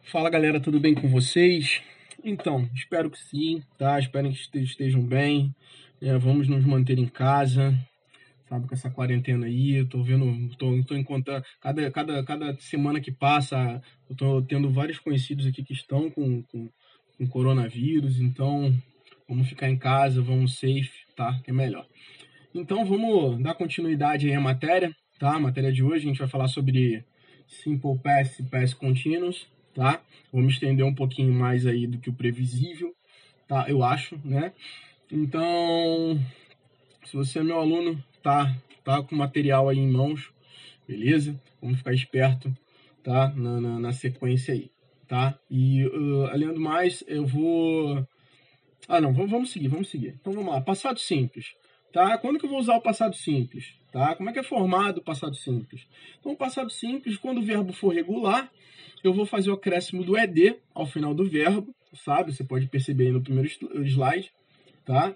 Fala galera, tudo bem com vocês? Então, espero que sim, tá? Espero que estejam bem. Vamos nos manter em casa, sabe, com essa quarentena aí. Eu tô vendo, tô encontrando, cada semana que passa, eu tô tendo vários conhecidos aqui que estão com coronavírus, então vamos ficar em casa, vamos safe, tá? Que é melhor. Então vamos dar continuidade aí à matéria, tá? A matéria de hoje a gente vai falar sobre Simple Past e Past Continuous, tá? Vamos estender um pouquinho mais aí do que o previsível, tá? Eu acho, né? Então, se você é meu aluno, tá com material aí em mãos, beleza? Vamos ficar esperto, tá? Na sequência aí, tá? E além do mais, eu vou... não, vamos seguir. Então vamos lá, passado simples. Tá? Quando que eu vou usar o passado simples? Tá? Como é que é formado o passado simples? Então, o passado simples, quando o verbo for regular, eu vou fazer o acréscimo do ED ao final do verbo, sabe? Você pode perceber aí no primeiro slide, tá?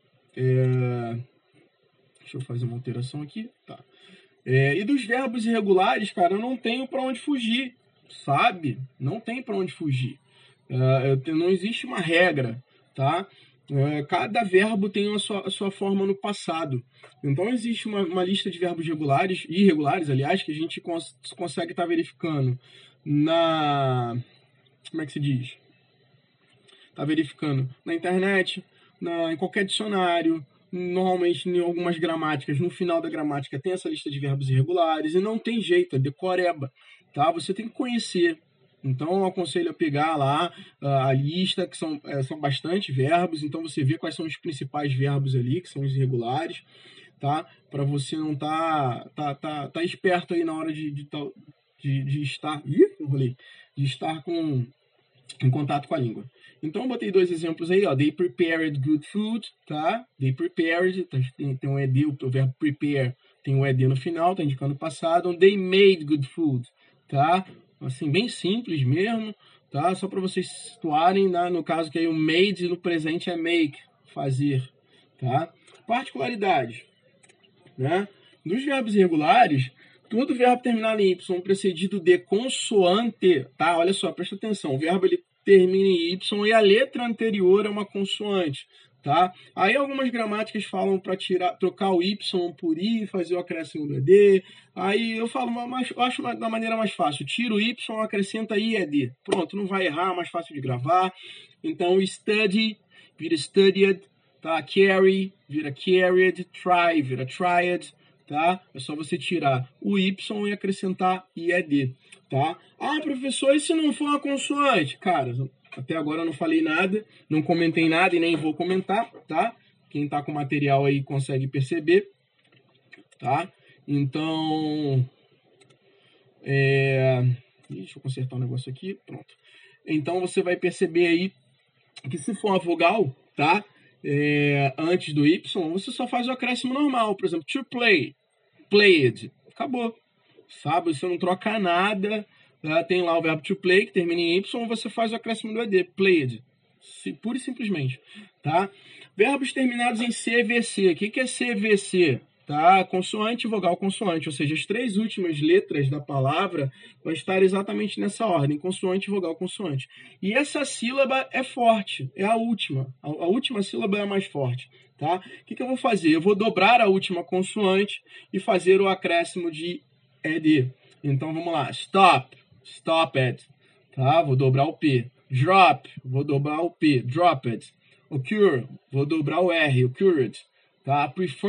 Deixa eu fazer uma alteração aqui, tá? E dos verbos irregulares, cara, eu não tenho para onde fugir, sabe? Não tem para onde fugir. Não existe uma regra, tá? Cada verbo tem a sua forma no passado. Então, existe uma lista de verbos regulares, irregulares, aliás, que a gente consegue estar verificando como é que se diz? Está verificando na internet, em qualquer dicionário, normalmente em algumas gramáticas, no final da gramática tem essa lista de verbos irregulares, e não tem jeito, é decoreba, tá? Você tem que conhecer. Então, eu aconselho a pegar lá a lista, que são bastante verbos, então você vê quais são os principais verbos ali, que são os irregulares, tá? Para você não tá esperto aí na hora de estar... de estar em contato com a língua. Então, eu botei dois exemplos aí, ó. They prepared good food, tá? They prepared, tem um ED, o verbo prepare tem um ED no final, tá indicando o passado. They made good food, tá? Assim, bem simples mesmo, tá? Só para vocês situarem, no caso que aí o made no presente é make, fazer, tá? Particularidades, né? Dos verbos irregulares, todo verbo terminado em Y precedido de consoante, tá? Olha só, presta atenção. O verbo ele termina em Y e a letra anterior é uma consoante, tá? Aí algumas gramáticas falam para trocar o Y por I, fazer o acréscimo do ED. Aí eu falo, mas eu acho da maneira mais fácil. Tira o Y, acrescenta I e ED. Pronto, não vai errar, mais fácil de gravar. Então, study vira studied, tá? Carry vira carried, try vira tried, tá? É só você tirar o Y e acrescentar IED, tá? Ah, professor, e se não for uma consoante? Cara, até agora eu não falei nada, não comentei nada e nem vou comentar, tá? Quem tá com material aí consegue perceber, tá? Então, deixa eu consertar um negócio aqui, pronto. Então, você vai perceber aí que se for uma vogal, tá? Antes do Y, você só faz o acréscimo normal. Por exemplo, to play, played. Acabou. Sabe? Você não troca nada. Tem lá o verbo to play, que termina em Y, você faz o acréscimo do ED, played. Pura e simplesmente. Tá? Verbos terminados em CVC. O que é CVC? Tá? Consoante, vogal, consoante. Ou seja, as três últimas letras da palavra vão estar exatamente nessa ordem. Consoante, vogal, consoante. E essa sílaba é forte. É a última. A última sílaba é a mais forte. Tá? O que eu vou fazer? Eu vou dobrar a última consoante e fazer o acréscimo de ED. Então, vamos lá. Stop. Stopped. Tá? Vou dobrar o P. Drop. Vou dobrar o P. Dropped. Occur. Vou dobrar o R. Occurred. Tá?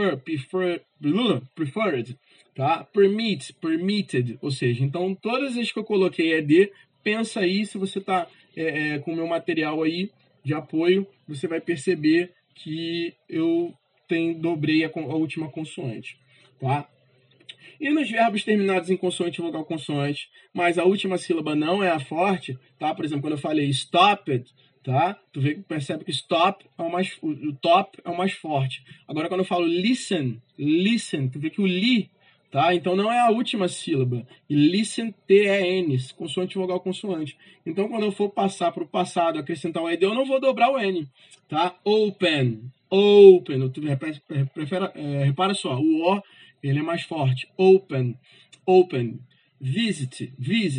Preferred, tá? Permit, permitted, ou seja, então todas as que eu coloquei ED, pensa aí, se você tá com o meu material aí de apoio, você vai perceber que eu dobrei a última consoante, tá? E nos verbos terminados em consoante, vogal, consoante, mas a última sílaba não é a forte, tá? Por exemplo, quando eu falei stopped, tá? Percebe que stop é o top é o mais forte. Agora, quando eu falo listen, tu vê que o li, tá? Então, não é a última sílaba. E listen, T-E-N, consoante, vogal, consoante. Então, quando eu for passar para o passado, acrescentar o ED, eu não vou dobrar o N, tá? Open. Repara só, o O, ele é mais forte. Open. visit,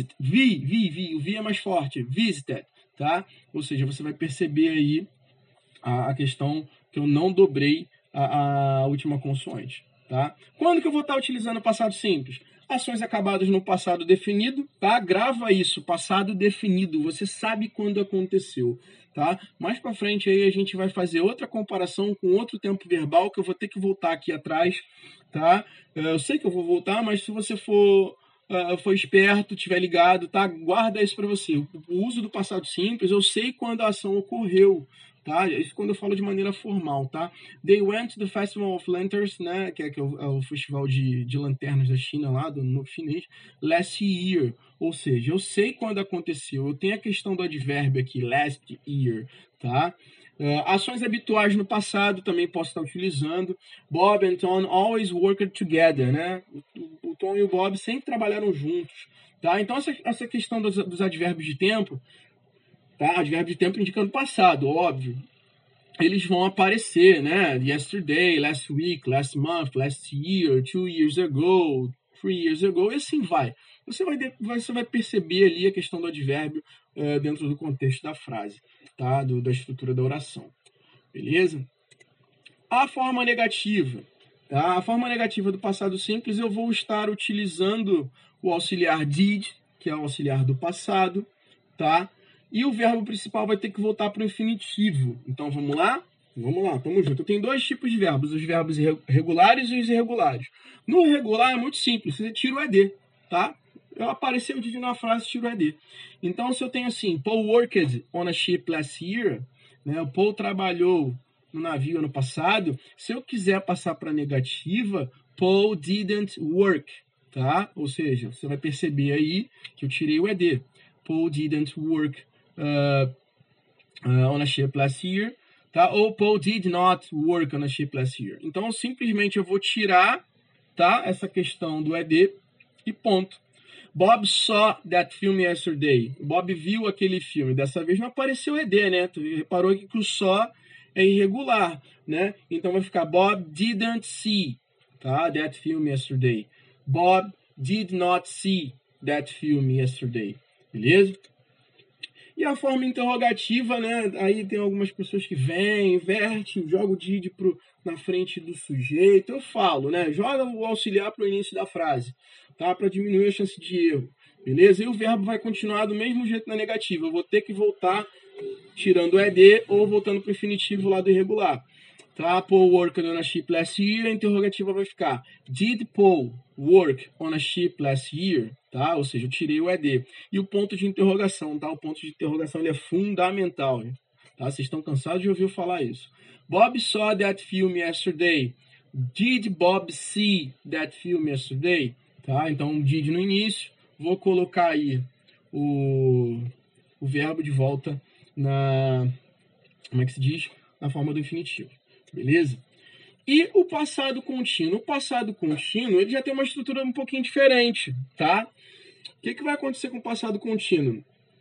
o V é mais forte, visited, tá? Ou seja, você vai perceber aí a questão que eu não dobrei a última consoante, tá? Quando que eu vou estar utilizando o passado simples? Ações acabadas no passado definido, tá? Grava isso, passado definido, você sabe quando aconteceu, tá? Mais para frente aí a gente vai fazer outra comparação com outro tempo verbal que eu vou ter que voltar aqui atrás, tá? Eu sei que eu vou voltar, mas se você for esperto, tiver ligado, tá? Guarda isso para você. O uso do passado simples, eu sei quando a ação ocorreu, tá? Isso quando eu falo de maneira formal, tá? They went to the Festival of Lanterns, né? Que é o festival de lanternas da China lá, do novo chinês, last year. Ou seja, eu sei quando aconteceu. Eu tenho a questão do advérbio aqui, last year, tá? Ações habituais no passado também posso estar utilizando. Bob and Tom always worked together, né? O Tom e o Bob sempre trabalharam juntos, tá? Então essa questão dos advérbios de tempo, tá? Advérbio de tempo indicando passado, óbvio. Eles vão aparecer, né? Yesterday, last week, last month, last year, 2 years ago, 3 years ago, e assim vai. Você vai perceber ali a questão do advérbio dentro do contexto da frase, tá? Da estrutura da oração. Beleza? A forma negativa. Tá? A forma negativa do passado simples, eu vou estar utilizando o auxiliar did, que é o auxiliar do passado, tá? E o verbo principal vai ter que voltar para o infinitivo. Então, vamos lá? Vamos lá, tamo junto. Eu tenho dois tipos de verbos, os verbos regulares e os irregulares. No regular é muito simples, você tira o ED, tá? Apareceu o did na frase, tira o ED. Então, se eu tenho assim, Paul worked on a ship last year, né? O Paul trabalhou no navio ano passado. Se eu quiser passar para negativa, Paul didn't work, tá? Ou seja, você vai perceber aí que eu tirei o ED. Paul didn't work on a ship last year, tá? Ou Paul did not work on a ship last year. Então, simplesmente eu vou tirar, tá? Essa questão do ED e ponto. Bob saw that film yesterday. Bob viu aquele filme. Dessa vez não apareceu ED, né? Tu reparou aqui que o saw é irregular, né? Então vai ficar Bob didn't see, tá? That film yesterday. Bob did not see that film yesterday. Beleza? E a forma interrogativa, né? Aí tem algumas pessoas que vêm, inverte, joga o did na frente do sujeito. Eu falo, né? Joga o auxiliar para o início da frase, tá? Para diminuir a chance de erro. Beleza? E o verbo vai continuar do mesmo jeito na negativa. Eu vou ter que voltar tirando o ED ou voltando para o infinitivo lá do irregular. Tá? Paul worked on a ship last year. A interrogativa vai ficar Did Paul work on a ship last year? Tá? Ou seja, eu tirei o ED. E o ponto de interrogação, tá? O ponto de interrogação ele é fundamental. Tá? Vocês estão cansados de ouvir falar isso. Bob saw that film yesterday. Did Bob see that film yesterday? Tá? Então, did no início. Vou colocar aí o verbo de volta como é que se diz? Na forma do infinitivo. Beleza? E o passado contínuo? O passado contínuo, ele já tem uma estrutura um pouquinho diferente, tá? O que vai acontecer com o passado contínuo?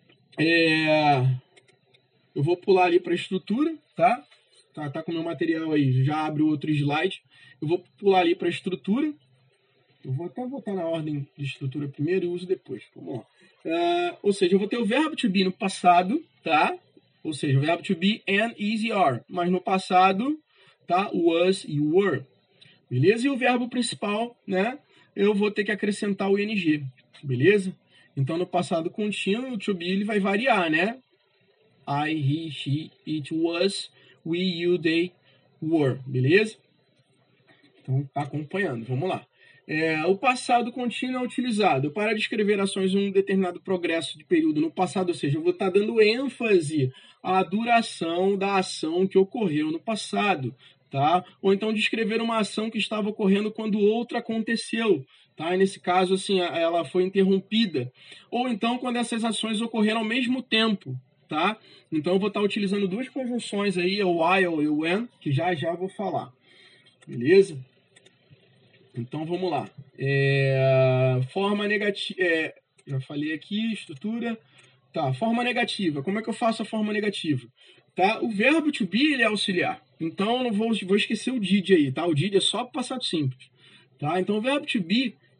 Eu vou pular ali para a estrutura, tá? Tá com o meu material aí, já abre o outro slide. Eu vou pular ali para a estrutura. Eu vou até botar na ordem de estrutura primeiro e uso depois. Vamos lá. Ou seja, eu vou ter o verbo to be no passado, tá? Ou seja, o verbo to be and is are. Mas no passado, tá? Was e were. Beleza? E o verbo principal, né? Eu vou ter que acrescentar o ing. Beleza? Então, no passado contínuo, o to be ele vai variar, né? I, he, she, it was, we, you, they, were. Beleza? Então, tá acompanhando. Vamos lá. O passado contínuo é utilizado para descrever ações em um determinado progresso de período no passado, ou seja, eu vou estar dando ênfase à duração da ação que ocorreu no passado, tá? Ou então descrever uma ação que estava ocorrendo quando outra aconteceu, tá? E nesse caso, assim, ela foi interrompida. Ou então quando essas ações ocorreram ao mesmo tempo, tá? Então eu vou estar utilizando duas conjunções aí, o while e o when, que já vou falar. Beleza? Então, vamos lá. Forma negativa. Já falei aqui, estrutura. Tá, forma negativa. Como é que eu faço a forma negativa? Tá? O verbo to be ele é auxiliar. Então, eu não vou esquecer o did aí, tá? O did é só para passado simples. Tá? Então, o verbo to be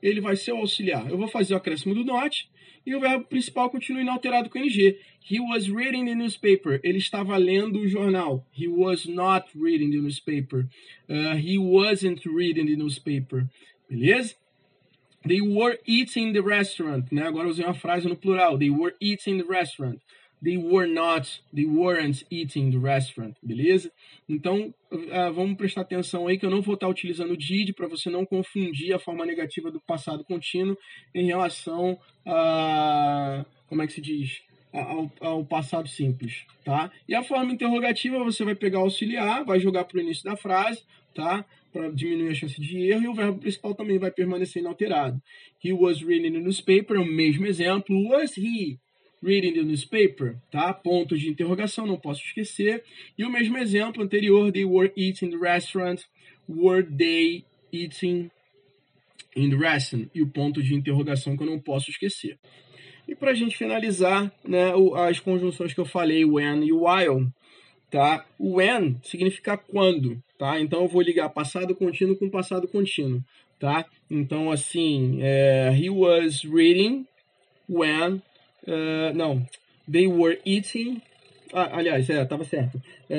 ele vai ser o auxiliar. Eu vou fazer o acréscimo do not e o verbo principal continua inalterado com NG. He was reading the newspaper. Ele estava lendo o jornal. He was not reading the newspaper. He wasn't reading the newspaper. Beleza? They were eating in the restaurant. Né? Agora eu usei uma frase no plural. They were eating in the restaurant. They weren't eating in the restaurant. Beleza? Então, vamos prestar atenção aí que eu não vou estar utilizando o did para você não confundir a forma negativa do passado contínuo em relação a... como é que se diz? Ao passado simples, tá? E a forma interrogativa você vai pegar o auxiliar, vai jogar para o início da frase, tá? Para diminuir a chance de erro, e o verbo principal também vai permanecer inalterado. He was reading the newspaper, é o mesmo exemplo. Was he reading the newspaper? Tá? Ponto de interrogação, não posso esquecer. E o mesmo exemplo anterior, they were eating in the restaurant. Were they eating in the restaurant? E o ponto de interrogação que eu não posso esquecer. E para a gente finalizar, né, as conjunções que eu falei, when e while, tá? O when significa quando, tá? Então eu vou ligar passado contínuo com passado contínuo, tá? Então assim, he was reading when, they were eating. Aliás, tava certo.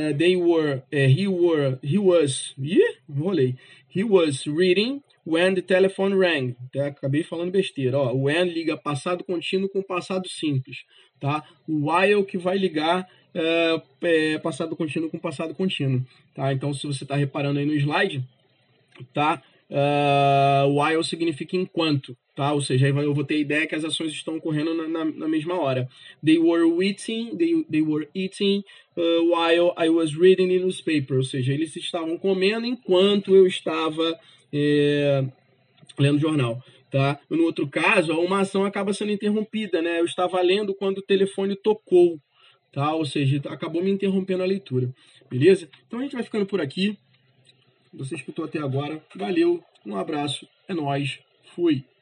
He was reading when the telephone rang. Tá? Acabei falando besteira. Ó, o when liga passado contínuo com passado simples. Tá? O while que vai ligar passado contínuo com passado contínuo. Tá? Então, se você está reparando aí no slide, tá? While significa enquanto. Tá? Ou seja, eu vou ter a ideia que as ações estão ocorrendo na mesma hora. They were eating while I was reading the newspaper. Ou seja, eles estavam comendo enquanto eu estava lendo o jornal. Tá? No outro caso, uma ação acaba sendo interrompida. Né? Eu estava lendo quando o telefone tocou. Tá? Ou seja, acabou me interrompendo a leitura. Beleza? Então a gente vai ficando por aqui. Você escutou até agora. Valeu, um abraço, é nóis, fui!